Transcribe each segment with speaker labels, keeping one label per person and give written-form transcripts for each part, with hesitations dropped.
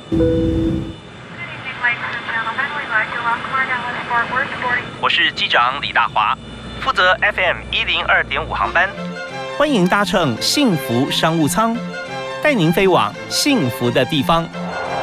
Speaker 1: 我是机长李大华，负责 FM102.5航班，欢迎搭乘幸福商务舱，带您飞往幸福的地方。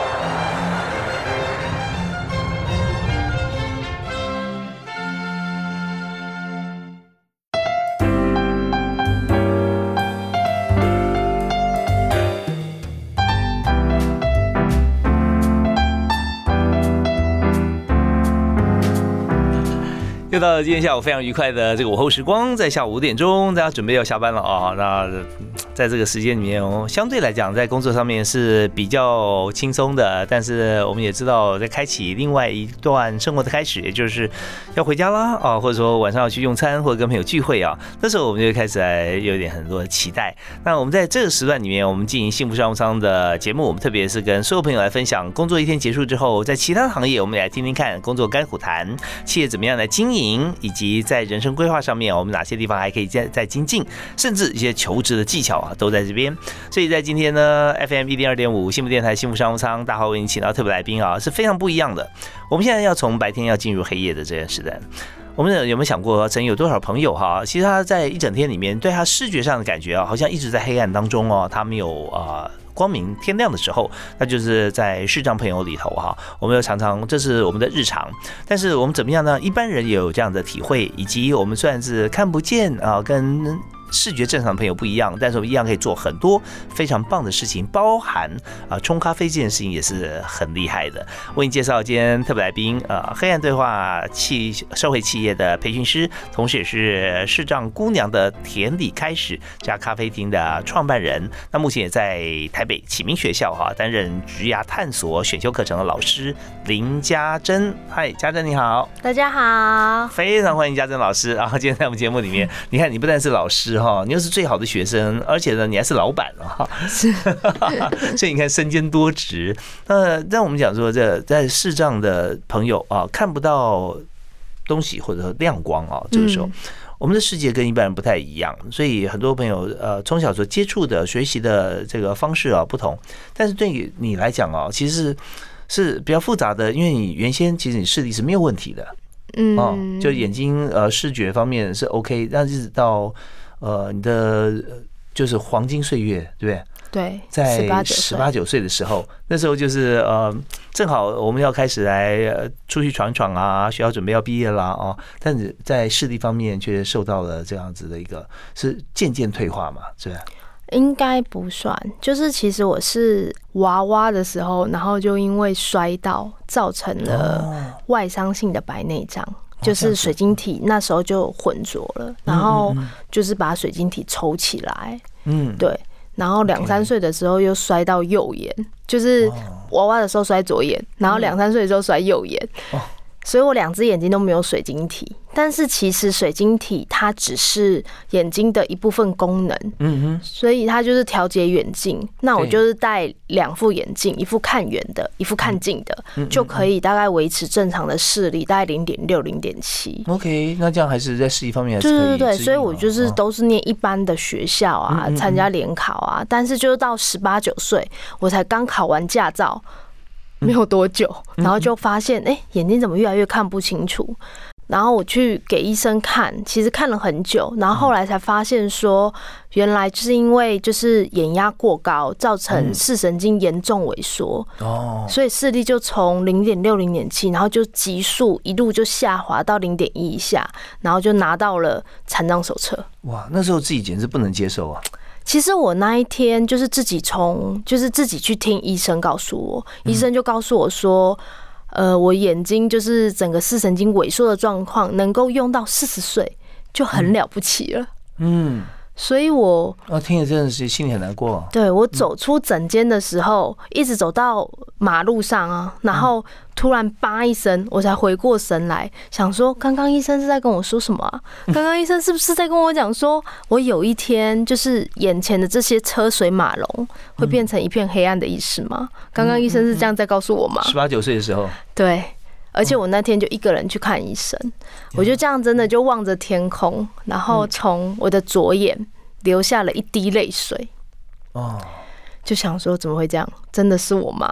Speaker 1: 又到了今天下午非常愉快的这个午后时光，在下午5点钟，大家准备要下班了啊。那在这个时间里面相对来讲，在工作上面是比较轻松的，但是我们也知道，在开启另外一段生活的开始，也就是要回家啦啊，或者说晚上要去用餐，或者跟朋友聚会啊，那时候我们就开始来有点很多的期待。那我们在这个时段里面，我们进行幸福商务舱的节目，我们特别是跟所有朋友来分享工作一天结束之后，在其他的行业，我们来听听看工作甘苦谈，企业怎么样来经营。以及在人生规划上面，我们哪些地方还可以再精进，甚至一些求职的技巧啊，都在这边。所以在今天呢 ，FM102.5 幸福电台幸福商务舱，大华为你请到特别来宾啊，是非常不一样的。我们现在要从白天要进入黑夜的这件时代。我们有没有想过，曾有多少朋友哈，其实他在一整天里面，对他视觉上的感觉啊，好像一直在黑暗当中哦，他没有光明天亮的时候，那就是在视障朋友里头哈，我们有常常这是我们的日常，但是我们怎么样呢？一般人也有这样的体会，以及我们虽然是看不见啊，跟视觉正常的朋友不一样，但是我们一样可以做很多非常棒的事情，包含冲咖啡这件事情也是很厉害的。为你介绍今天特别来宾黑暗对话社会企业的培训师，同时也是视障姑娘的田里开始家咖啡厅的创办人。那目前也在台北启明学校担任职涯探索选修课程的老师林家珍。嗨，家珍你好。
Speaker 2: 大家好，非
Speaker 1: 常欢迎家珍老师。然后今天在我们节目里面，你看你不但是老师你又是最好的学生，而且呢，你还是老板
Speaker 2: 是，
Speaker 1: 所以你看身兼多职。让我们讲说，在视障的朋友看不到东西或者说亮光这个时候，我们的世界跟一般人不太一样，所以很多朋友从小所接触的学习的这个方式不同，但是对于你来讲其实是比较复杂的，因为你原先其实你视力是没有问题的，就眼睛视觉方面是 OK， 但是到你的就是黄金岁月，对不对？
Speaker 2: 对，
Speaker 1: 在18、19岁的时候，那时候就是正好我们要开始来出去闯闯啊，学校准备要毕业啦但是在视力方面却受到了这样子的一个是渐渐退化嘛，是吧？
Speaker 2: 应该不算，就是其实我是娃娃的时候，然后就因为摔倒造成了外伤性的白内障。就是水晶体那时候就浑浊了，然后就是把水晶体抽起来，对，然后2、3岁的时候又摔到右眼，就是娃娃的时候摔左眼，然后2、3岁的时候摔右眼，所以我2只眼睛都没有水晶体，但是其实水晶体它只是眼睛的一部分功能，所以它就是调节远近。那我就是戴2副眼镜，一副看远的，一副看近的，就可以大概维持正常的视力，大概0.6、0.7。
Speaker 1: OK， 那这样还是在视力方面还是可以。
Speaker 2: 对，所以我就是都是念一般的学校啊，参加联考啊，但是就是到18、19岁，我才刚考完驾照。没有多久，然后就发现眼睛怎么越来越看不清楚，然后我去给医生看，其实看了很久，然后后来才发现说，原来就是因为就是眼压过高，造成视神经严重萎缩，所以视力就从0.6、0.7，然后就急速一路就下滑到0.1以下，然后就拿到了残障手册。
Speaker 1: 哇，那时候自己简直不能接受啊！
Speaker 2: 其实我那一天就是自己去听医生告诉我，医生就告诉我说，我眼睛就是整个视神经萎缩的状况，能够用到40岁就很了不起了。所以我
Speaker 1: 听了真的是心里很难过。
Speaker 2: 对，我走出诊间的时候，一直走到马路上然后突然叭一声，我才回过神来，想说刚刚医生是在跟我说什么啊？刚刚医生是不是在跟我讲说，我有一天就是眼前的这些车水马龙会变成一片黑暗的意思吗？刚刚医生是这样在告诉我吗
Speaker 1: ？18、19岁的时候，
Speaker 2: 对。而且我那天就一个人去看医生，我就这样真的就望着天空，然后从我的左眼流下了一滴泪水。就想说怎么会这样？真的是我吗？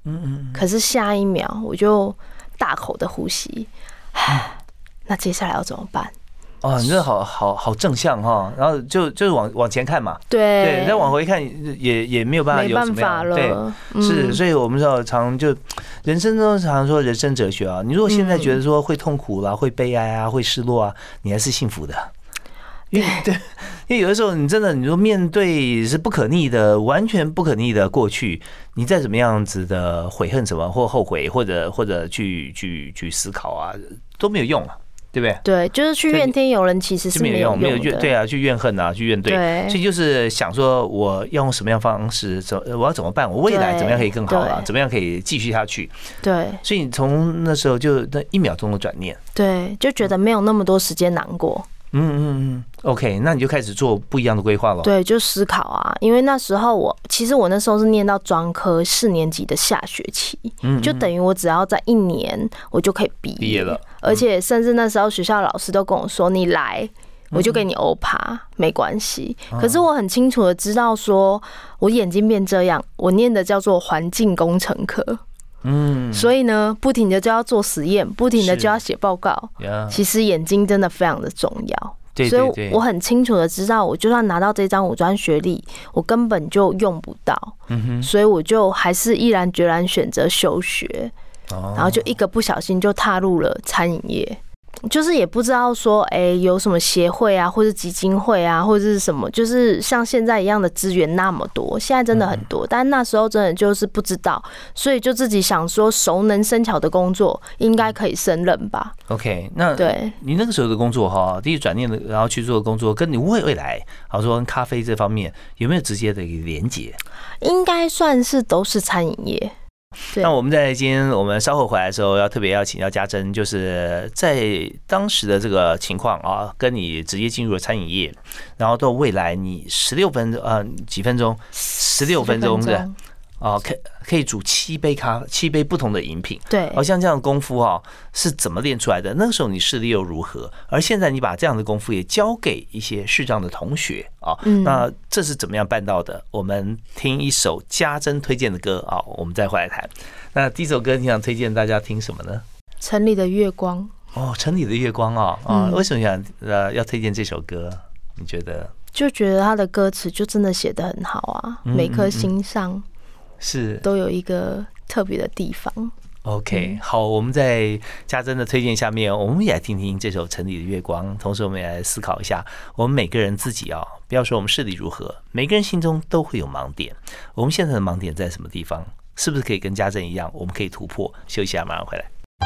Speaker 2: 可是下一秒我就大口的呼吸，那接下来要怎么办？
Speaker 1: 哦，你这好正向哈，然后就是往前看嘛，
Speaker 2: 对，
Speaker 1: 再往回看也没有办法有什么样，对，是，所以我们说常就人生中常说人生哲学啊，你如果现在觉得说会痛苦啦、会悲哀啊、会失落啊，你还是幸福的，因为有的时候你真的你说面对是不可逆的、完全不可逆的过去，你再怎么样子的悔恨什么或后悔或者去思考啊，都没有用啊。对不对？
Speaker 2: 对，就是去怨天尤人，其实是没有用的。
Speaker 1: 对啊，去怨恨啊，去怨怼，所以就是想说，我要用什么样的方式，我要怎么办？我未来怎么样可以更好啊？怎么样可以继续下去？
Speaker 2: 对，
Speaker 1: 所以你从那时候就那1秒钟的转念，
Speaker 2: 对，就觉得没有那么多时间难过。
Speaker 1: OK， 那你就开始做不一样的规划了。
Speaker 2: 对，就思考啊，因为那时候其实我那时候是念到专科4年级的下学期，就等于我只要在1年我就可以毕业了，而且甚至那时候学校老师都跟我说，你来我就给你欧趴，没关系。可是我很清楚的知道说，我眼睛变这样，我念的叫做环境工程科。所以呢，不停的就要做实验，不停的就要写报告。其实眼睛真的非常的重要，所以我很清楚的知道，我就算拿到这张5专学历，我根本就用不到。所以我就还是毅然决然选择休学，然后就一个不小心就踏入了餐饮业。就是也不知道说，有什么协会啊，或者基金会啊，或者是什么，就是像现在一样的资源那么多，现在真的很多，但那时候真的就是不知道，所以就自己想说，熟能生巧的工作应该可以胜任吧。
Speaker 1: OK， 那对你那个时候的工作哈，第一转念的，然后去做的工作，跟你未来，好说跟咖啡这方面有没有直接的一个连结？
Speaker 2: 应该算是都是餐饮业。
Speaker 1: 那我们在今天我们稍后回来的时候，要特别要请教家珍，就是在当时的这个情况啊，跟你直接进入了餐饮业，然后到未来你16分钟，16分钟的可以煮7杯不同的饮品，
Speaker 2: 对，
Speaker 1: 像这样的功夫是怎么练出来的？那个时候你视力又如何？而现在你把这样的功夫也交给一些视障的同学那这是怎么样办到的？我们听一首家珍推荐的歌我们再回来谈。那第一首歌你想推荐大家听什么呢？
Speaker 2: 城里的月光。
Speaker 1: 城里的月光为什么想要推荐这首歌？你觉得？
Speaker 2: 就觉得他的歌词就真的写得很好啊，每颗心上是都有一个特别的地方。
Speaker 1: OK， 好，我们在家珍的推荐下面，我们也来听听这首《城里的月光》，同时我们也来思考一下，我们每个人自己不要说我们视力如何，每个人心中都会有盲点。我们现在的盲点在什么地方？是不是可以跟家珍一样，我们可以突破？休息一下，马上回来。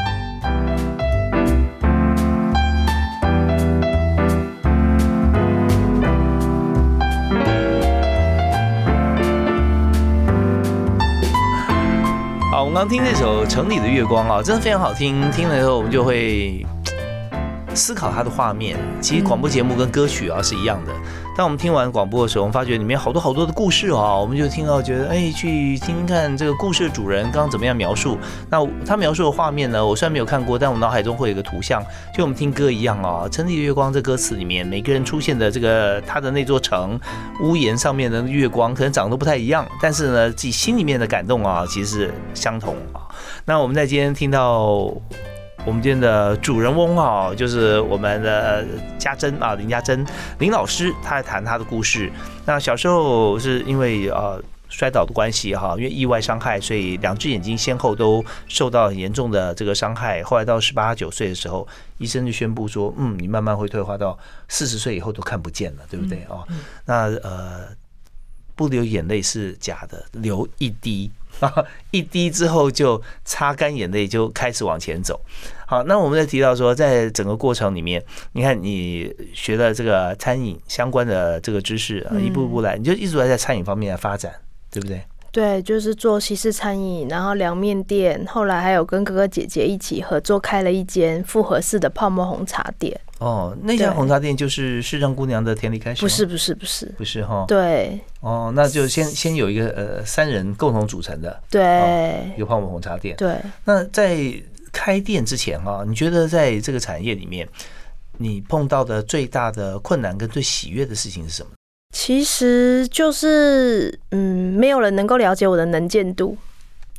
Speaker 1: 好，我们刚听这首《城里的月光》真的非常好听。听了以后，我们就会思考它的画面。其实广播节目跟歌曲是一样的。当我们听完广播的时候，我们发觉里面好多的故事我们就听到觉得去听听看这个故事的主人刚刚怎么样描述。那他描述的画面呢，我虽然没有看过，但我脑海中会有一个图像，就我们听歌一样城里的月光这歌词里面，每个人出现的这个他的那座城屋檐上面的月光，可能长得都不太一样，但是呢，自己心里面的感动其实是相同那我们在今天听到我们今天的主人翁就是我们的家珍林家珍林老师，他在谈他的故事。那小时候是因为摔倒的关系因为意外伤害，所以2只眼睛先后都受到很严重的这个伤害。后来到18、19岁的时候，医生就宣布说，你慢慢会退化到40岁以后都看不见了，对不对那不流眼泪是假的，流1滴。1滴之后就擦干眼泪，就开始往前走。好，那我们再提到说，在整个过程里面，你看你学了这个餐饮相关的这个知识一步步来，你就一直在餐饮方面来发展，对不对？
Speaker 2: 对，就是做西式餐饮，然后凉面店，后来还有跟哥哥姐姐一起合作开了一间复合式的泡沫红茶店。那家红茶店就是视障姑娘的田里开始吗？不是对。
Speaker 1: 那就先有一个3人共同组成的，
Speaker 2: 对，
Speaker 1: 有泡沫红茶店。
Speaker 2: 对。
Speaker 1: 那在开店之前你觉得在这个产业里面，你碰到的最大的困难跟最喜悦的事情是什么？
Speaker 2: 其实就是没有人能够了解我的能见度。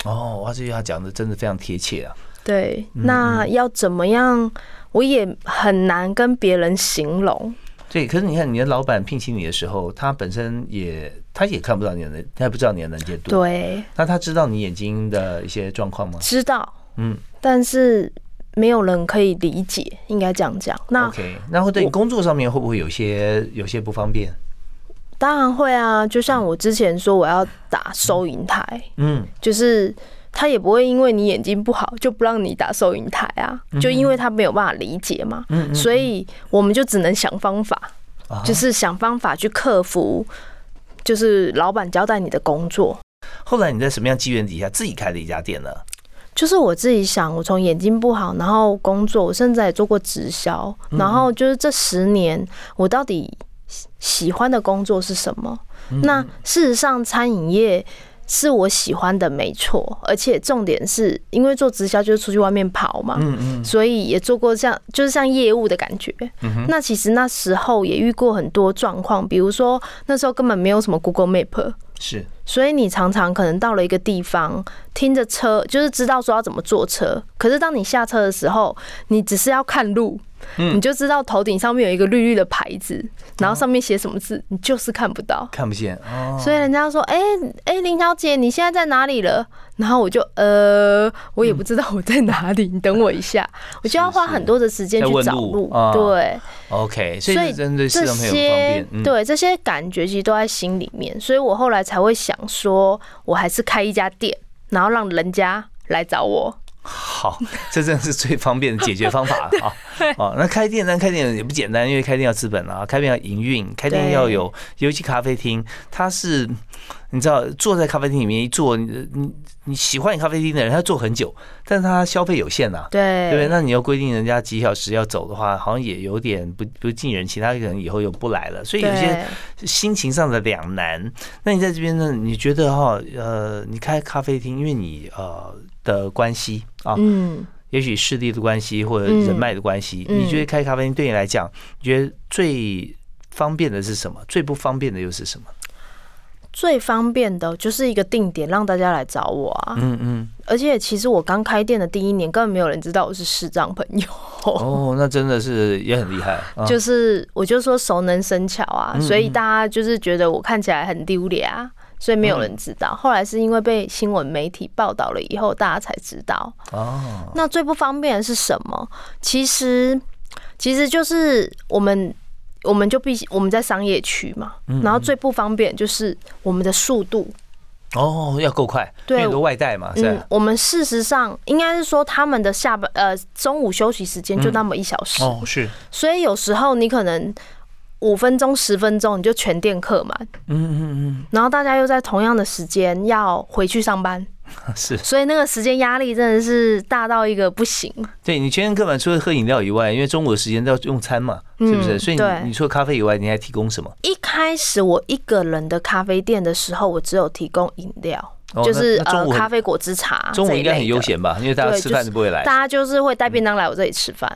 Speaker 1: 哦，哇，这句话讲的真的非常贴切啊。
Speaker 2: 对，那要怎么样，我也很难跟别人形容。
Speaker 1: 对，可是你看，你的老板聘请你的时候，他本身他也看不到你的，他也不知道你的能见度。
Speaker 2: 对，
Speaker 1: 那他知道你眼睛的一些状况吗？
Speaker 2: 知道，但是没有人可以理解，应该这样讲。那
Speaker 1: OK， 那会对你工作上面会不会有些不方便？
Speaker 2: 当然会啊，就像我之前说我要打收银台，就是他也不会因为你眼睛不好就不让你打收银台啊，就因为他没有办法理解嘛，所以我们就只能想方法，就是想方法去克服，就是老板交代你的工作。
Speaker 1: 后来你在什么样机缘底下自己开了一家店呢？
Speaker 2: 就是我自己想，我从眼睛不好，然后工作，我甚至也做过直销，然后就是这10年，我到底喜欢的工作是什么？那事实上，餐饮业是我喜欢的，没错。而且重点是因为做直销就是出去外面跑嘛，所以也做过就是像业务的感觉。那其实那时候也遇过很多状况，比如说那时候根本没有什么 Google Map。
Speaker 1: 是，
Speaker 2: 所以你常常可能到了一个地方，听着车，就是知道说要怎么坐车，可是当你下车的时候，你只是要看路，你就知道头顶上面有一个绿绿的牌子，然后上面写什么字，你就是看不到，
Speaker 1: 看不见。
Speaker 2: 所以人家说，林小姐，你现在在哪里了？然后我就我也不知道我在哪里，你等我一下，我就要花很多的时间去找路。对
Speaker 1: ，OK， 所以针对视障朋友不方便。
Speaker 2: 对，这些感觉其实都在心里面，所以我后来才会想说，我还是开一家店，然后让人家来找我。
Speaker 1: 好，这真的是最方便的解决方法啊！哦，那开店也不简单，因为开店要资本啊，开店要营运，开店要有，尤其咖啡厅，它是你知道，坐在咖啡厅里面一坐，你喜欢你咖啡厅的人，他坐很久，但是他消费有限呐，对不对？那你要规定人家几小时要走的话，好像也有点不近人情，他可能以后又不来了，所以有些心情上的两难。那你在这边呢？你觉得你开咖啡厅，因为你的关系啊，也许势力的关系或者人脉的关系，你觉得开咖啡厅对你来讲，你觉得最方便的是什么？最不方便的又是什么？
Speaker 2: 最方便的就是一个定点让大家来找我啊，而且其实我刚开店的第1年，根本没有人知道我是视障朋友。
Speaker 1: 哦，那真的是也很厉害。
Speaker 2: 就是我就说熟能生巧啊，所以大家就是觉得我看起来很丢脸啊，所以没有人知道。后来是因为被新闻媒体报道了以后，大家才知道。那最不方便的是什么？其实就是我们在商业区嘛，然后最不方便就是我们的速度。
Speaker 1: 要够快，因为有个外带嘛。
Speaker 2: 我们事实上应该是说他们的中午休息时间就那么1小时。
Speaker 1: 是。所
Speaker 2: 以有时候你可能5分钟、10分钟你就全店客满。然后大家又在同样的时间要回去上班。
Speaker 1: 是，
Speaker 2: 所以那个时间压力真的是大到一个不行。
Speaker 1: 对，你全天客满，除了喝饮料以外，因为中午的时间都要用餐嘛，是不是？所以你除了咖啡以外，你还提供什么？一
Speaker 2: 开始我一个人的咖啡店的时候，我只有提供饮料。就是咖啡果汁茶，
Speaker 1: 中午应该很悠闲吧？因为大家吃饭就不会来，
Speaker 2: 大家就是会带便当来我这里吃饭。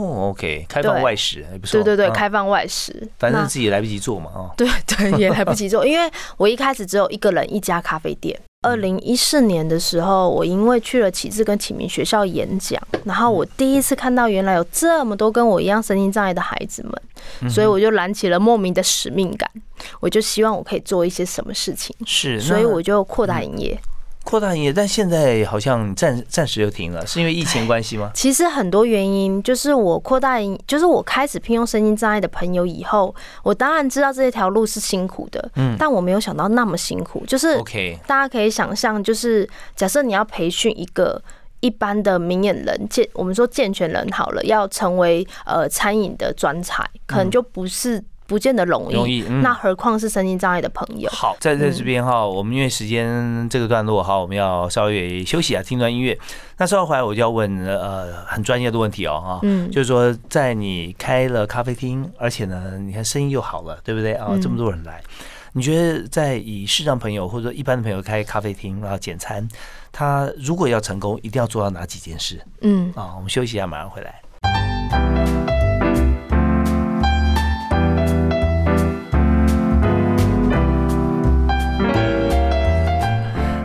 Speaker 1: OK， 开放外食还不错。
Speaker 2: 对，开放外食，
Speaker 1: 反正自己来不及做嘛。
Speaker 2: 对，也来不及做，因为我一开始只有一个人一家咖啡店。2014年的时候，我因为去了启智跟启明学校演讲，然后我第一次看到原来有这么多跟我一样身心障碍的孩子们，所以我就燃起了莫名的使命感，我就希望我可以做一些什么事情，所以我就扩大营业。
Speaker 1: 但现在好像暂时又停了，是因为疫情关系吗？
Speaker 2: 其实很多原因，就是我就是我开始聘用身心障碍的朋友以后，我当然知道这条路是辛苦的，但我没有想到那么辛苦。就是大家可以想象，就是假设你要培训一个一般的明眼人，我们说健全人好了，要成为餐饮的专才，可能就不见得容易，那何况是身心障碍的朋友。
Speaker 1: 好，在这边我们因为时间这个段落我们要稍微休息听段音乐。那稍后回来我就要问很专业的问题就是说在你开了咖啡厅，而且呢你看生意又好了，对不对这么多人来，你觉得在以视障朋友或者说一般的朋友开咖啡厅然后简餐，他如果要成功，一定要做到哪几件事？我们休息一下，马上回来。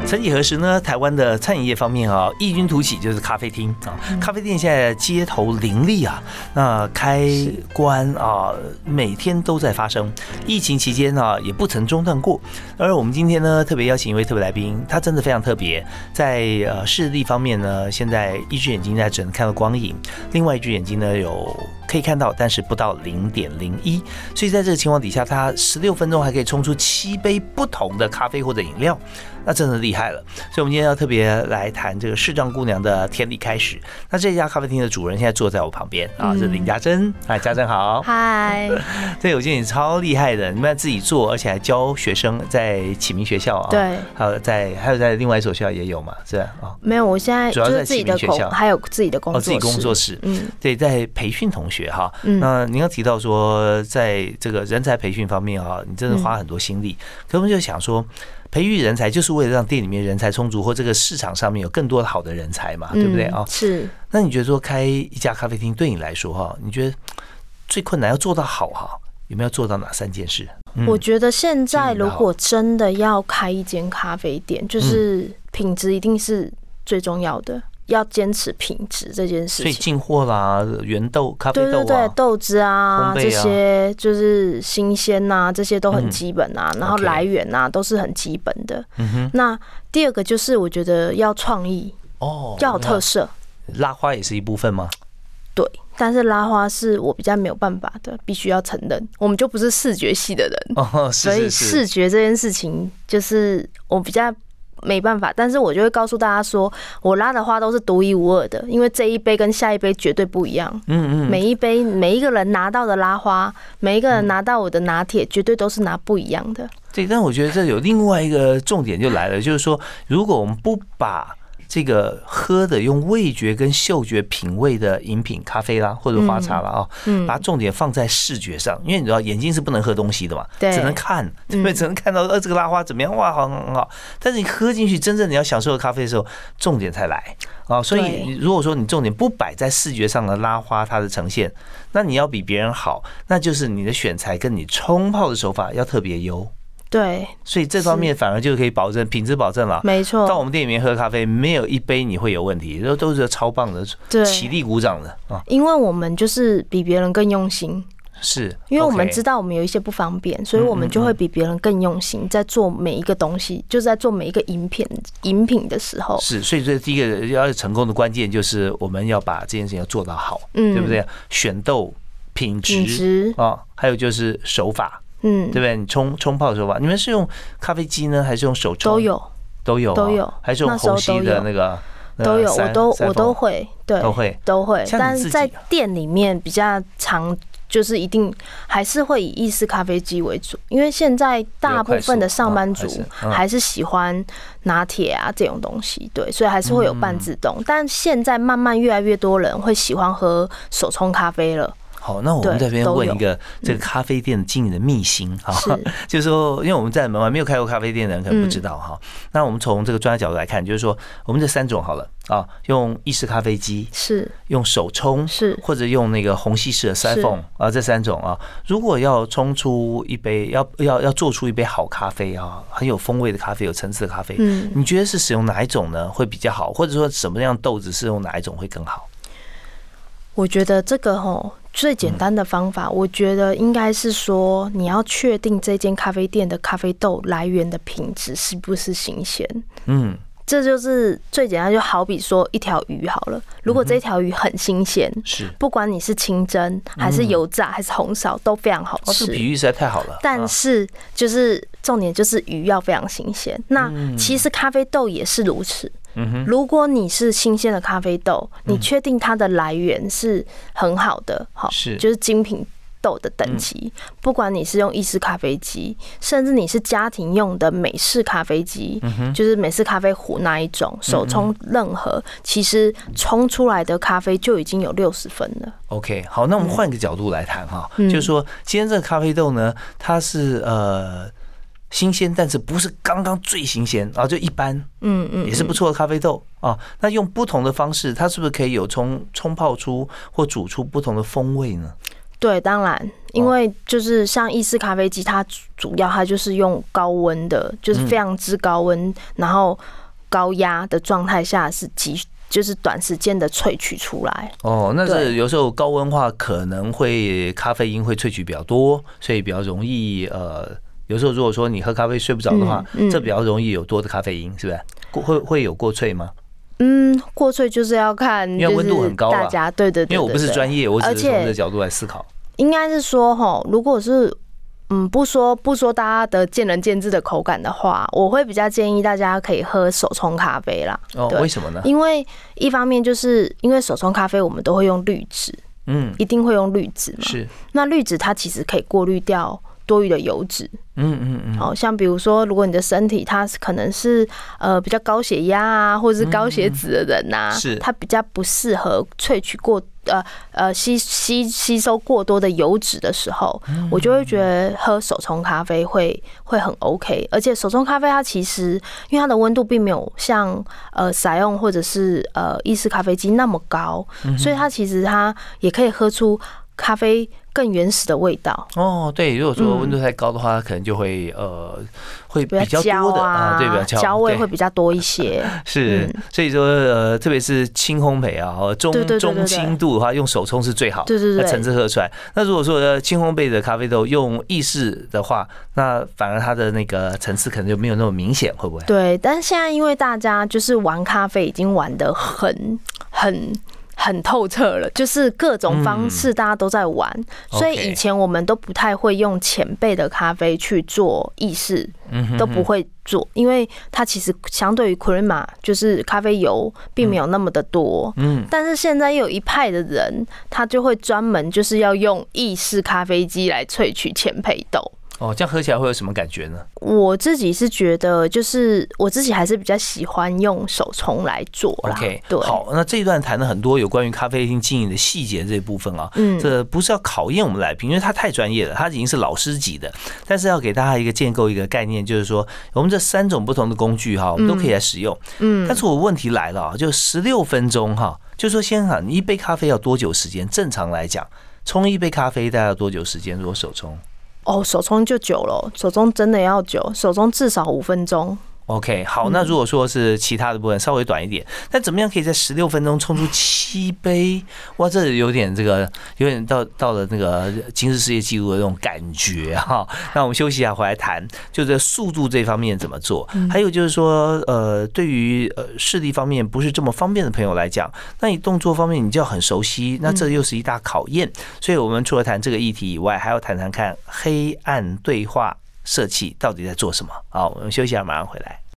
Speaker 1: 曾几何时呢，台湾的餐饮业方面啊，异军突起，就是咖啡厅啊。咖啡店现在街头林立啊，那开关啊，每天都在发生。疫情期间啊，也不曾中断过。而我们今天呢，特别邀请一位特别来宾，他真的非常特别，在视力方面呢，现在一只眼睛在只能看到光影，另外一只眼睛呢有可以看到，但是不到0.01，所以在这个情况底下，他16分钟还可以冲出7杯不同的咖啡或者饮料，那真的厉害了。所以我们今天要特别来谈这个视障姑娘的天理开始。那这家咖啡厅的主人现在坐在我旁边啊，是林家珍。嗨，家珍好。
Speaker 2: 嗨。
Speaker 1: 对，我觉得你超厉害的，你们自己做，而且还教学生，在启明学校啊，
Speaker 2: 对，
Speaker 1: 还有在另外一所学校也有嘛，是吧？
Speaker 2: 没有，我现在
Speaker 1: 主要在
Speaker 2: 自己的
Speaker 1: 启明学校，
Speaker 2: 还有自己的工作室，
Speaker 1: 自己工作室，对，在培训同学哈。那您刚提到说，在这个人才培训方面啊，你真的花很多心力。可我们就想说，培育人才就是为了让店里面人才充足，或这个市场上面有更多的好的人才嘛，对不对啊？
Speaker 2: 是。
Speaker 1: 那你觉得说开一家咖啡厅对你来说哈，你觉得最困难要做到好哈，有没有做到哪3件事？
Speaker 2: 我觉得现在如果真的要开一间咖啡店，就是品质一定是最重要的。要坚持品质这件事情，
Speaker 1: 所以进货啦，原豆、咖啡豆啊，
Speaker 2: 对，豆子啊，这些就是新鲜啊，这些都很基本啊。然后来源啊，都是很基本的。那第二个就是我觉得要创意要有特色。
Speaker 1: 拉花也是一部分吗？
Speaker 2: 对，但是拉花是我比较没有办法的，必须要承认，我们就不是视觉系的人，所以视觉这件事情就是我比较没办法，但是我就会告诉大家说，我拉的花都是独一无二的，因为这一杯跟下一杯绝对不一样。每一杯每一个人拿到的拉花，每一个人拿到我的拿铁，绝对都是拿不一样的。
Speaker 1: 对，但我觉得这有另外一个重点就来了，就是说，如果我们不把这个喝的用味觉跟嗅觉品味的饮品，咖啡啦或者花茶啦啊，把重点放在视觉上，因为你知道眼睛是不能喝东西的嘛，只能看，对不对？只能看到这个拉花怎么样，哇，很好。但是你喝进去，真正你要享受的咖啡的时候，重点才来啊。所以如果说你重点不摆在视觉上的拉花它的呈现，那你要比别人好，那就是你的选材跟你冲泡的手法要特别优。
Speaker 2: 对，
Speaker 1: 所以这方面反而就可以保证品质保证了。
Speaker 2: 没错，
Speaker 1: 到我们店里面喝咖啡，没有一杯你会有问题，都是超棒的，起立鼓掌的啊！
Speaker 2: 因为我们就是比别人更用心，
Speaker 1: 是
Speaker 2: 因为我们知道我们有一些不方便，所以我们就会比别人更用心，在做每一个东西，就是在做每一个饮品的时候。
Speaker 1: 是，所以这第一个要成功的关键就是我们要把这件事情要做到好，对不对？选豆品质啊，还有就是手法。对不对？你冲泡的手法，你们是用咖啡机呢，还是用手冲？都有，还是用虹吸的那个？
Speaker 2: 都有，我都会，对，都会。但是在店里面比较常，就是一定还是会以意式咖啡机为主，因为现在大部分的上班族还是喜欢拿铁啊这种东西，对，所以还是会有半自动。但现在慢慢越来越多人会喜欢喝手冲咖啡了。好，
Speaker 1: 那我们这边问一个这个咖啡店经营的秘辛哈，就是说，因为我们在门外没有开过咖啡店的人可能不知道哈。那我们从这个专业角度来看，就是说，我们这3种好了啊，用意式咖啡机
Speaker 2: 是，
Speaker 1: 用手冲是，或者用那个虹吸式的塞缝啊，这3种啊，如果要冲出一杯，要做出一杯好咖啡啊，很有风味的咖啡，有层次的咖啡，你觉得是使用哪一种呢会比较好，或者说什么样豆子是用哪一种会更好？
Speaker 2: 我觉得这个最简单的方法，我觉得应该是说，你要确定这间咖啡店的咖啡豆来源的品质是不是新鲜。这就是最简单，就好比说一条鱼好了，如果这条鱼很新鲜，不管你是清蒸还是油炸还是红烧，都非常好吃。
Speaker 1: 这比喻实在太好了。
Speaker 2: 但是就是重点就是鱼要非常新鲜。那其实咖啡豆也是如此。如果你是新鲜的咖啡豆，你确定它的来源是很好的，好，就是精品豆的等级，不管你是用意式咖啡机，甚至你是家庭用的美式咖啡机，就是美式咖啡壶那一种，手冲任何，其实冲出来的咖啡就已经有60分了。OK，
Speaker 1: 好，那我们换一个角度来谈哈，就是说今天这个咖啡豆呢，它是新鲜，但是不是刚刚最新鲜啊？就一般，也是不错的咖啡豆啊。那用不同的方式，它是不是可以有冲泡出或煮出不同的风味呢？
Speaker 2: 对，当然，因为就是像意式咖啡机，它主要它就是用高温的，就是非常之高温，然后高压的状态下就是短时间的萃取出来。
Speaker 1: 哦，那是有时候高温化可能会咖啡因会萃取比较多，所以比较容易有时候如果说你喝咖啡睡不着的话，这比较容易有多的咖啡因，是不是？会有过萃吗？
Speaker 2: 过萃就是要看，
Speaker 1: 因为温度很高啊。
Speaker 2: 大家对，因
Speaker 1: 为我不是专业，我只是从这个角度来思考。
Speaker 2: 应该是说如果是不说大家的见仁见智的口感的话，我会比较建议大家可以喝手冲咖啡啦。
Speaker 1: 为什么呢？
Speaker 2: 因为一方面就是因为手冲咖啡我们都会用滤纸，一定会用滤纸嘛。是。那滤纸它其实可以过滤掉多余的油脂。像比如说，如果你的身体它可能是比较高血压啊，或者是高血脂的人呐，它比较不适合萃取吸收过多的油脂的时候，我就会觉得喝手冲咖啡会很 OK。而且手冲咖啡它其实因为它的温度并没有像撒用或者是意式咖啡机那么高，所以它其实它也可以喝出咖啡更原始的味道。
Speaker 1: 对，如果说温度太高的话，它可能就会比较多的对，比较焦
Speaker 2: 味会比较多一些。
Speaker 1: 是，所以说特别是轻烘焙啊，中轻度的话，用手冲是最好，对，层次喝出来。那如果说轻烘焙的咖啡豆用意式的话，那反而它的那个层次可能就没有那么明显，会不会？
Speaker 2: 对，但是现在因为大家就是玩咖啡已经玩得很透彻了，就是各种方式大家都在玩，所以以前我们都不太会用浅焙的咖啡去做意式，都不会做，因为它其实相对于 crema 就是咖啡油并没有那么的多。但是现在又有一派的人，他就会专门就是要用意式咖啡机来萃取浅焙豆。
Speaker 1: 这样喝起来会有什么感觉呢？
Speaker 2: 我自己是觉得，就是我自己还是比较喜欢用手冲来做啦。
Speaker 1: OK，
Speaker 2: 对，
Speaker 1: 好，那这一段谈了很多有关于咖啡厅经营的细节这一部分啊，这不是要考验我们来宾，因为他太专业了，他已经是老师级的，但是要给大家一个建构一个概念，就是说我们这3种不同的工具哈，我们都可以来使用。但是我问题来了，就16分钟哈，就是说先你一杯咖啡要多久时间？正常来讲，冲一杯咖啡大概要多久时间？如果手冲？
Speaker 2: 手冲就久了，手冲真的要久，手冲至少5分钟。
Speaker 1: OK， 好，那如果说是其他的部分稍微短一点，但怎么样可以在16分钟冲出7杯？哇，这有点到了那个吉尼斯世界纪录的那种感觉哈。那我们休息一下，回来谈，就是速度这方面怎么做。还有就是说，对于视力方面不是这么方便的朋友来讲，那你动作方面你就要很熟悉，那这又是一大考验。所以我们除了谈这个议题以外，还要谈谈看黑暗对话设计到底在做什么。好，我们休息一下，马上回来。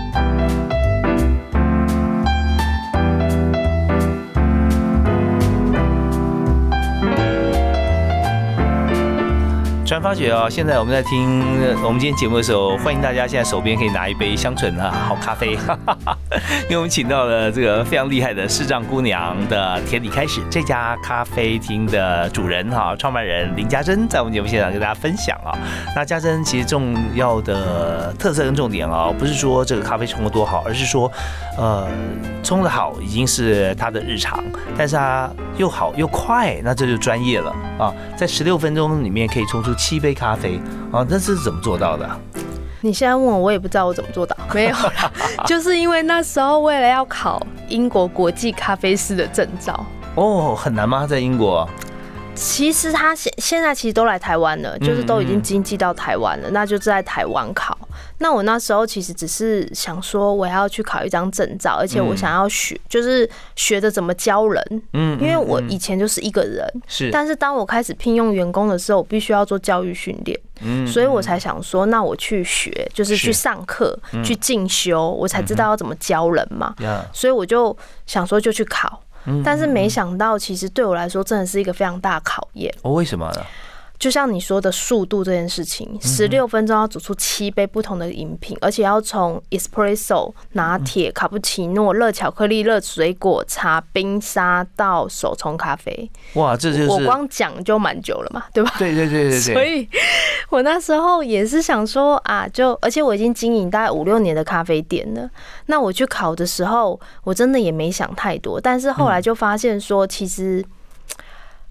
Speaker 1: 突然发觉啊，现在我们在听我们今天节目的时候，欢迎大家现在手边可以拿一杯香醇好咖啡，因为我们请到了这个非常厉害的视障姑娘的田里开始这家咖啡厅的主人创办人林家珍，在我们节目现场跟大家分享啊。那家珍其实重要的特色跟重点不是说这个咖啡冲得多好，而是说冲得好已经是他的日常，但是他又好又快，那这就专业了啊！在16分钟里面可以冲出7杯咖啡啊，那这是怎么做到的？
Speaker 2: 你现在问我，我也不知道我怎么做到。没有啦，就是因为那时候为了要考英国国际咖啡师的证照。
Speaker 1: 很难吗？在英国？
Speaker 2: 其实他现在其实都来台湾了，就是都已经经济到台湾了，那就在台湾考。那我那时候其实只是想说，我要去考一张证照，而且我想要就是学着怎么教人。因为我以前就是一个人，但是当我开始聘用员工的时候，我必须要做教育训练，所以我才想说，那我去学，就是去上课，去进修，我才知道要怎么教人嘛。所以我就想说，就去考。但是没想到，其实对我来说真的是一个非常大的考验。
Speaker 1: 为什么呢？
Speaker 2: 就像你说的速度这件事情，16分钟要煮出7杯不同的饮品，而且要从 espresso、拿铁、卡布奇诺、热巧克力、热水果茶、冰沙到手冲咖啡。
Speaker 1: 哇，这就是
Speaker 2: 我光讲就蛮久了嘛，对吧？
Speaker 1: 对。
Speaker 2: 所以我那时候也是想说而且我已经经营大概5、6年的咖啡店了。那我去考的时候，我真的也没想太多，但是后来就发现说，其实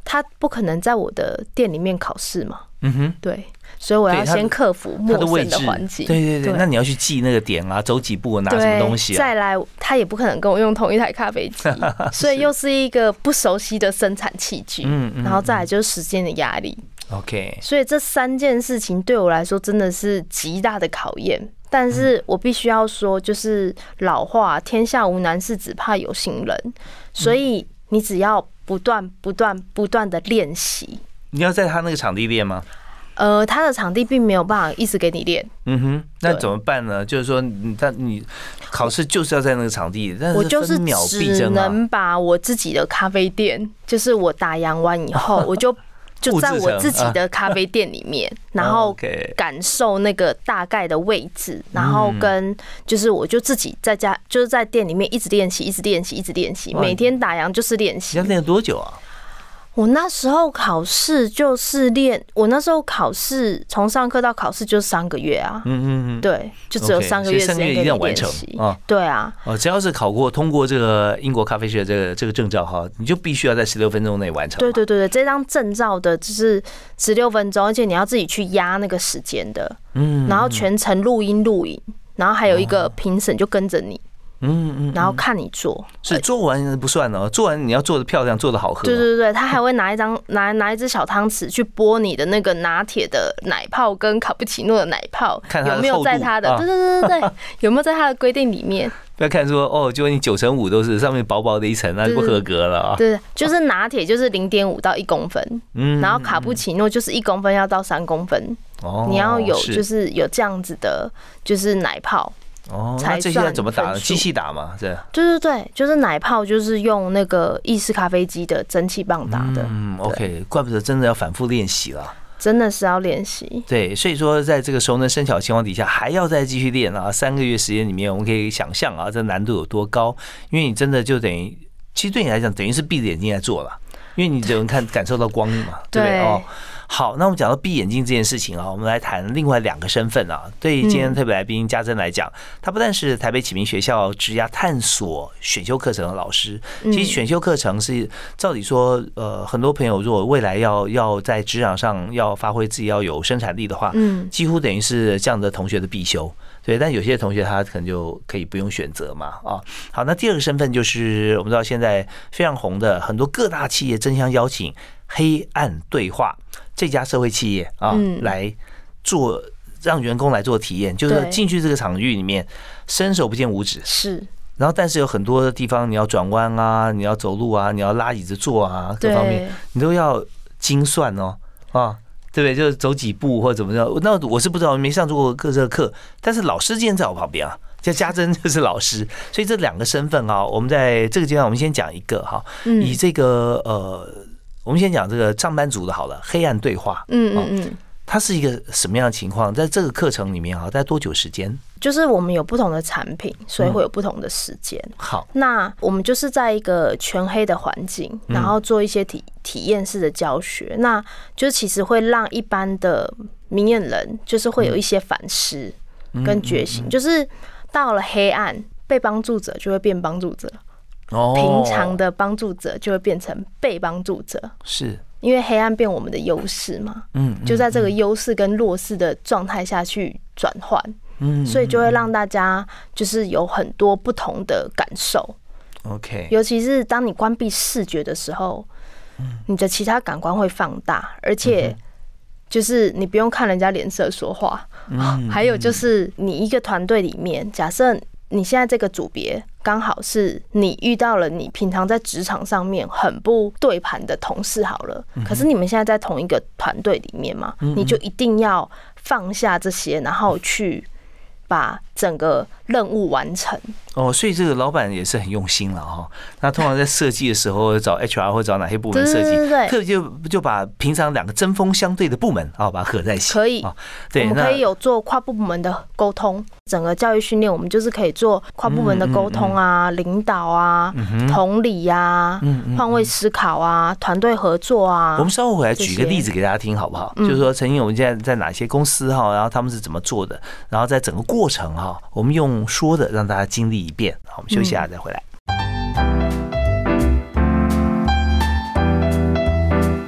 Speaker 2: 他不可能在我的店里面考试嘛。对，所以我要
Speaker 1: 对
Speaker 2: 先克服陌生的环境。
Speaker 1: 对，那你要去记那个点啊，走几步拿什么东西啊？
Speaker 2: 再来，他也不可能跟我用同一台咖啡机，所以又是一个不熟悉的生产器具。然后再来就是时间的压力。
Speaker 1: OK，
Speaker 2: 所以这3件事情对我来说真的是极大的考验。但是我必须要说，就是老话，天下无难事，只怕有心人。所以你只要不断的练习。
Speaker 1: 你要在他那个场地练吗？
Speaker 2: 他的场地并没有办法一直给你练。
Speaker 1: 那怎么办呢？就是说，你考试就是要在那个场地，但是
Speaker 2: 我就是只能把我自己的咖啡店，就是我打烊完以后，我就在我自己的咖啡店里面，然后感受那个大概的位置，然后跟就是我就自己在家，就是在店里面一直练习，每天打烊就是练习。
Speaker 1: 你要练了多久啊？
Speaker 2: 我那时候考试就是我那时候考试从上课到考试就是3个月啊。对，就只有3个月时间给你练习。对啊。
Speaker 1: 只要是通过这个英国咖啡师的这个证照哈，你就必须要在16分钟内完成。
Speaker 2: 对，这张证照的就是16分钟，而且你要自己去压那个时间的。然后全程录音，然后还有一个评审就跟着你。然后看你做，
Speaker 1: 是做完不算哦，做完你要做的漂亮，做的好喝。
Speaker 2: 对，他还会拿一只小汤匙去拨你的那个拿铁的奶泡跟卡布奇诺的奶泡，
Speaker 1: 看有
Speaker 2: 没有在它的对，有没有在它的规定里面。
Speaker 1: 不要看说就你9×5都是上面薄薄的一层，那就不合格了啊。
Speaker 2: 对，就是拿铁就是0.5到1公分，然后卡布奇诺就是1公分要到3公分，你要有就是有这样子的，就是奶泡。
Speaker 1: 那这些怎么打呢？机器打吗？
Speaker 2: 对，就是奶泡，就是用那个意式咖啡机的蒸汽棒打的。
Speaker 1: OK， 怪不得真的要反复练习了。
Speaker 2: 真的是要练习。
Speaker 1: 对，所以说在这个熟能生巧的情况底下，还要再继续练啊。3个月时间里面，我们可以想象啊，这难度有多高。因为你真的就等于，其实对你来讲，等于是闭着眼睛来做了，因为你只能感受到光嘛，对不对？好，那我们讲到闭眼睛这件事情啊，我们来谈另外2个身份啊。对于今天特别来宾家珍来讲，他不但是台北启明学校职涯探索选修课程的老师，其实选修课程是照理说，很多朋友如果未来要在职场上要发挥自己要有生产力的话，几乎等于是这样的同学的必修。对，但有些同学他可能就可以不用选择嘛啊。好，那第2个身份就是我们知道现在非常红的，很多各大企业争相邀请黑暗对话这家社会企业啊，来做让员工来做体验，就是进去这个场域里面伸手不见五指是。然后，但是有很多地方你要转弯啊，你要走路啊，你要拉椅子坐啊，各方面你都要精算哦啊。对不对？就是走几步或者怎么样？那我是不知道，没上过这个课。但是老师今天在我旁边啊，叫家珍就是老师，所以这2个身份啊，我们在这个阶段，我们先讲一个哈，以这个我们先讲这个上班族的好了，黑暗对话，它是一个什么样的情况？在这个课程里面啊，大概多久时间？
Speaker 2: 就是我们有不同的产品，所以会有不同的时间。
Speaker 1: 好，
Speaker 2: 那我们就是在一个全黑的环境，然后做一些体验式的教学。那就是其实会让一般的明眼人，就是会有一些反思跟觉醒。就是到了黑暗，被帮助者就会变帮助者，平常的帮助者就会变成被帮助者。
Speaker 1: 是。
Speaker 2: 因为黑暗变我们的优势嘛，就在这个优势跟弱势的状态下去转换，所以就会让大家就是有很多不同的感受。
Speaker 1: OK，
Speaker 2: 尤其是当你关闭视觉的时候，你的其他感官会放大，而且就是你不用看人家脸色说话。还有就是你一个团队里面，假设你现在这个组别刚好是你遇到了你平常在职场上面很不对盘的同事好了，可是你们现在在同一个团队里面嘛，你就一定要放下这些，然后去把整个任务完成。
Speaker 1: 所以这个老板也是很用心了哈。那通常在设计的时候，找 HR 或找哪些部门设计，特别就把平常2个针锋相对的部门把它合在一起。
Speaker 2: 可以，对，我们可以有做跨部门的沟通。整个教育训练，我们就是可以做跨部门的沟通啊，领导啊，同理啊，换位思考啊，团队合作啊。
Speaker 1: 我们稍后回来举个例子给大家听，好不好？就是说，曾经我们现在在哪些公司哈，然后他们是怎么做的，然后在整个过程哈，我们用说的让大家经历一遍。好，我们休息一下再回来。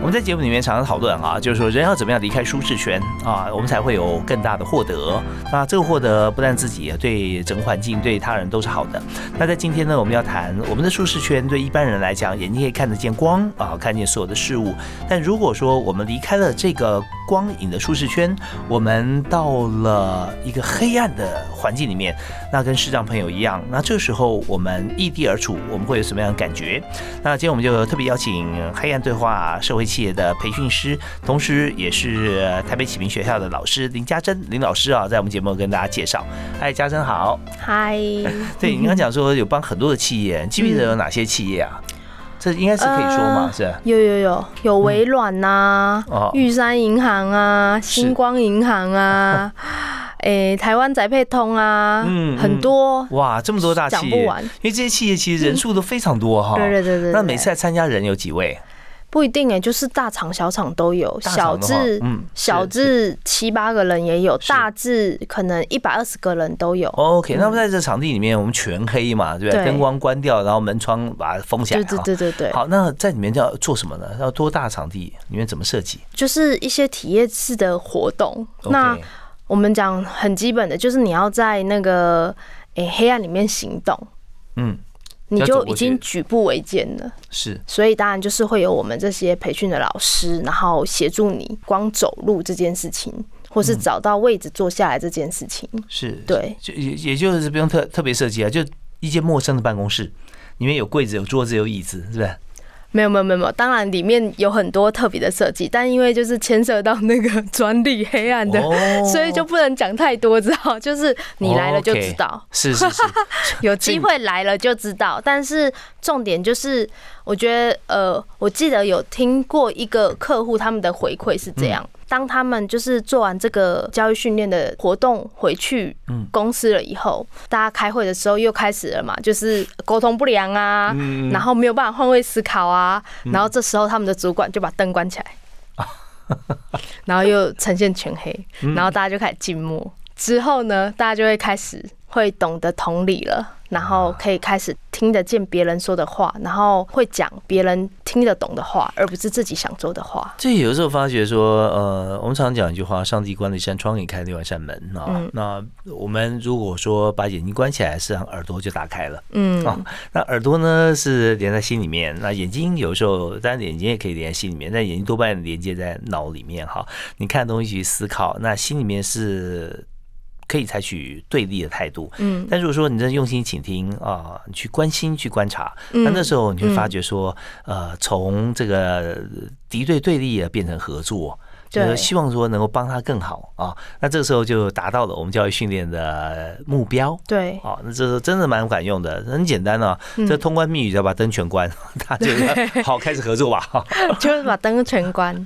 Speaker 1: 们在节目里面常常讨论啊，就是说人要怎么样离开舒适圈啊，我们才会有更大的获得。那这个获得不但自己对整个环境、对他人都是好的。那在今天呢，我们要谈我们的舒适圈，对一般人来讲，眼睛可以看得见光啊，看见所有的事物。但如果说我们离开了这个光影的舒适圈，我们到了一个黑暗的环境里面，那跟视障朋友一样，那这个时候我们异地而处，我们会有什么样的感觉？那今天我们就特别邀请黑暗对话社会企业的培训师，同时也是台北启明学校的老师林家珍林老师啊，在我们节目跟大家介绍。嗨，家珍好。
Speaker 2: 嗨。
Speaker 1: 对，你刚讲说有帮很多的企业，你记不记得有哪些企业啊？这应该是可以说嘛，是？
Speaker 2: 有微软呐，玉山银行啊，星光银行啊。台湾宅配通啊，很多
Speaker 1: 哇，这么多大企业，讲不完，因为这些企业其实人数都非常多哈。
Speaker 2: 对。
Speaker 1: 那每次来参加人有几位？
Speaker 2: 不一定就是大厂小厂都有，小至7、8个人也有，大至可能120个人都有。
Speaker 1: OK， 那么在这场地里面，我们全黑嘛，对不对？灯光关掉，然后门窗把它封起来。
Speaker 2: 对。
Speaker 1: 好，那在里面要做什么呢？要多大场地？里面怎么设计？
Speaker 2: 就是一些体验式的活动。那我们讲很基本的，就是你要在那个黑暗里面行动。你就已经举步维艰了，
Speaker 1: 是，
Speaker 2: 所以当然就是会有我们这些培训的老师，然后协助你光走路这件事情，或是找到位置坐下来这件事情，
Speaker 1: 是，
Speaker 2: 对，
Speaker 1: 也就是不用特别设计啊，就一间陌生的办公室，里面有柜子、有桌子、有椅子，是不是？
Speaker 2: 没有，当然里面有很多特别的设计，但因为就是牵涉到那个专利黑暗的，所以就不能讲太多，知道？就是你来了就知道，
Speaker 1: 是，
Speaker 2: 有机会来了就知道。但是重点就是，我觉得我记得有听过一个客户他们的回馈是这样。当他们就是做完这个教育训练的活动回去公司了以后，大家开会的时候又开始了嘛，就是沟通不良啊，然后没有办法换位思考啊，然后这时候他们的主管就把灯关起来，然后又呈现全黑，然后大家就开始静默。之后呢，大家就会开始会懂得同理了，然后可以开始听得见别人说的话，然后会讲别人听得懂的话，而不是自己想说的话。
Speaker 1: 这有时候发觉说，我们常常讲一句话：上帝关了一扇窗，给你开另外一扇门啊。那我们如果说把眼睛关起来，实际上耳朵就打开了。那耳朵呢是连在心里面，那眼睛有时候当然眼睛也可以连在心里面，但眼睛多半连接在脑里面哈。你看东西去思考，那心里面是可以采取对立的态度，但如果说你真的用心倾听啊，你去关心、去观察，那时候你会发觉说，从这个敌对对立变成合作。就是希望说能够帮他更好啊，那这个时候就达到了我们教育训练的目标。
Speaker 2: 对，
Speaker 1: 哦，那这真的蛮管用的，很简单啊。这通关密语要把灯全关，大家就好开始合作吧。
Speaker 2: 就是把灯全关。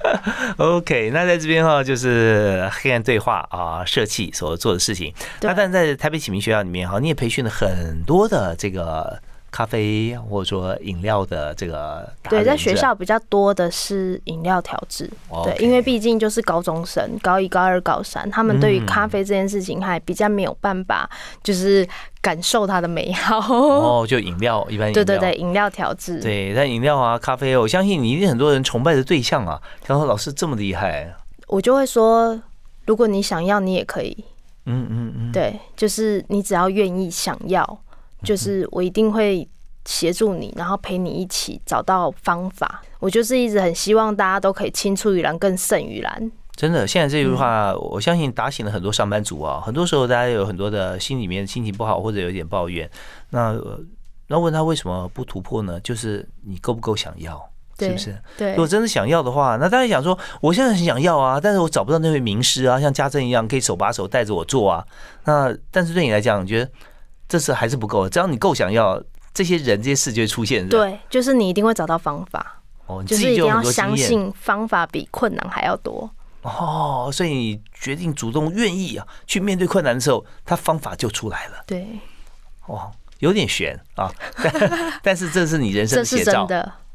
Speaker 1: OK， 那在这边哈，就是黑暗对话啊，社企所做的事情。那但在台北启明学校里面哈，你也培训了很多的这个咖啡或者说饮料的这个
Speaker 2: 对，在学校比较多的是饮料调制，对，因为毕竟就是高中生，高1、高2、高3，他们对于咖啡这件事情还比较没有办法，就是感受它的美好。
Speaker 1: 哦，就饮料，一般饮料，
Speaker 2: 对，饮料调制，
Speaker 1: 对，但饮料啊、咖啡，我相信你一定很多人崇拜的对象啊，想说老师这么厉害，
Speaker 2: 我就会说，如果你想要，你也可以，对，就是你只要愿意想要。就是我一定会协助你，然后陪你一起找到方法。我就是一直很希望大家都可以青出于蓝更胜于蓝。
Speaker 1: 真的，现在这句话，我相信打醒了很多上班族啊。很多时候大家有很多的心里面心情不好，或者有点抱怨。那问他为什么不突破呢？就是你够不够想要？是不是？
Speaker 2: 对，
Speaker 1: 如果真的想要的话，那当然想说，我现在很想要啊，但是我找不到那位名师啊，像家珍一样可以手把手带着我做啊。那但是对你来讲，你觉得？这是还是不够，只要你够想要，这些人这些事就会出现。
Speaker 2: 对，就是你一定会找到方法。
Speaker 1: 哦，
Speaker 2: 就是一定要相信方法比困难还要多。
Speaker 1: 哦，所以你决定主动愿意啊，去面对困难的时候，他方法就出来了。
Speaker 2: 对，
Speaker 1: 哇，有点悬啊，但是这是你人生的写照。
Speaker 2: 这是真的。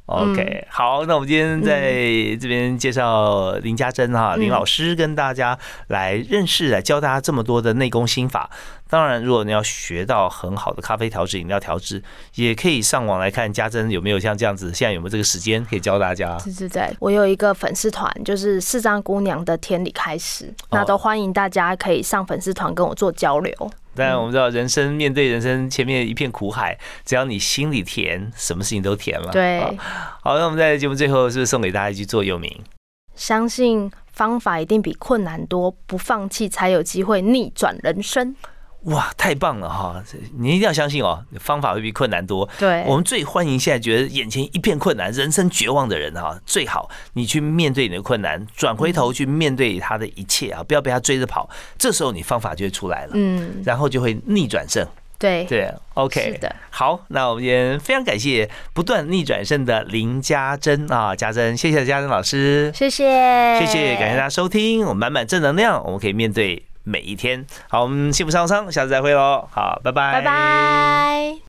Speaker 1: OK，好，那我们今天在这边介绍林家珍林老师跟大家来认识，来教大家这么多的内功心法。当然，如果你要学到很好的咖啡调制、饮料调制，也可以上网来看家珍有没有像这样子，现在有没有这个时间可以教大家？
Speaker 2: 对，我有一个粉丝团，就是视障姑娘的天理开始，那都欢迎大家可以上粉丝团跟我做交流。
Speaker 1: 但我们知道，人生面对人生前面一片苦海，只要你心里甜，什么事情都甜了。
Speaker 2: 对，
Speaker 1: 好，那我们在节目最后是不是送给大家一句座右铭？
Speaker 2: 相信方法一定比困难多，不放弃才有机会逆转人生。
Speaker 1: 哇，太棒了哈！你一定要相信哦，方法会比困难多。
Speaker 2: 对，
Speaker 1: 我们最欢迎现在觉得眼前一片困难、人生绝望的人哈，最好你去面对你的困难，转回头去面对他的一切啊，不要被他追着跑。这时候你方法就会出来了，然后就会逆转胜。对 ，OK，
Speaker 2: 是的，
Speaker 1: 好，那我们今天非常感谢不断逆转胜的林家珍家珍，谢谢家珍老师，
Speaker 2: 谢谢，
Speaker 1: 感谢大家收听，我们满满正能量，我们可以面对每一天。好，我们幸福商商，下次再会喽。好，拜拜，
Speaker 2: 拜拜。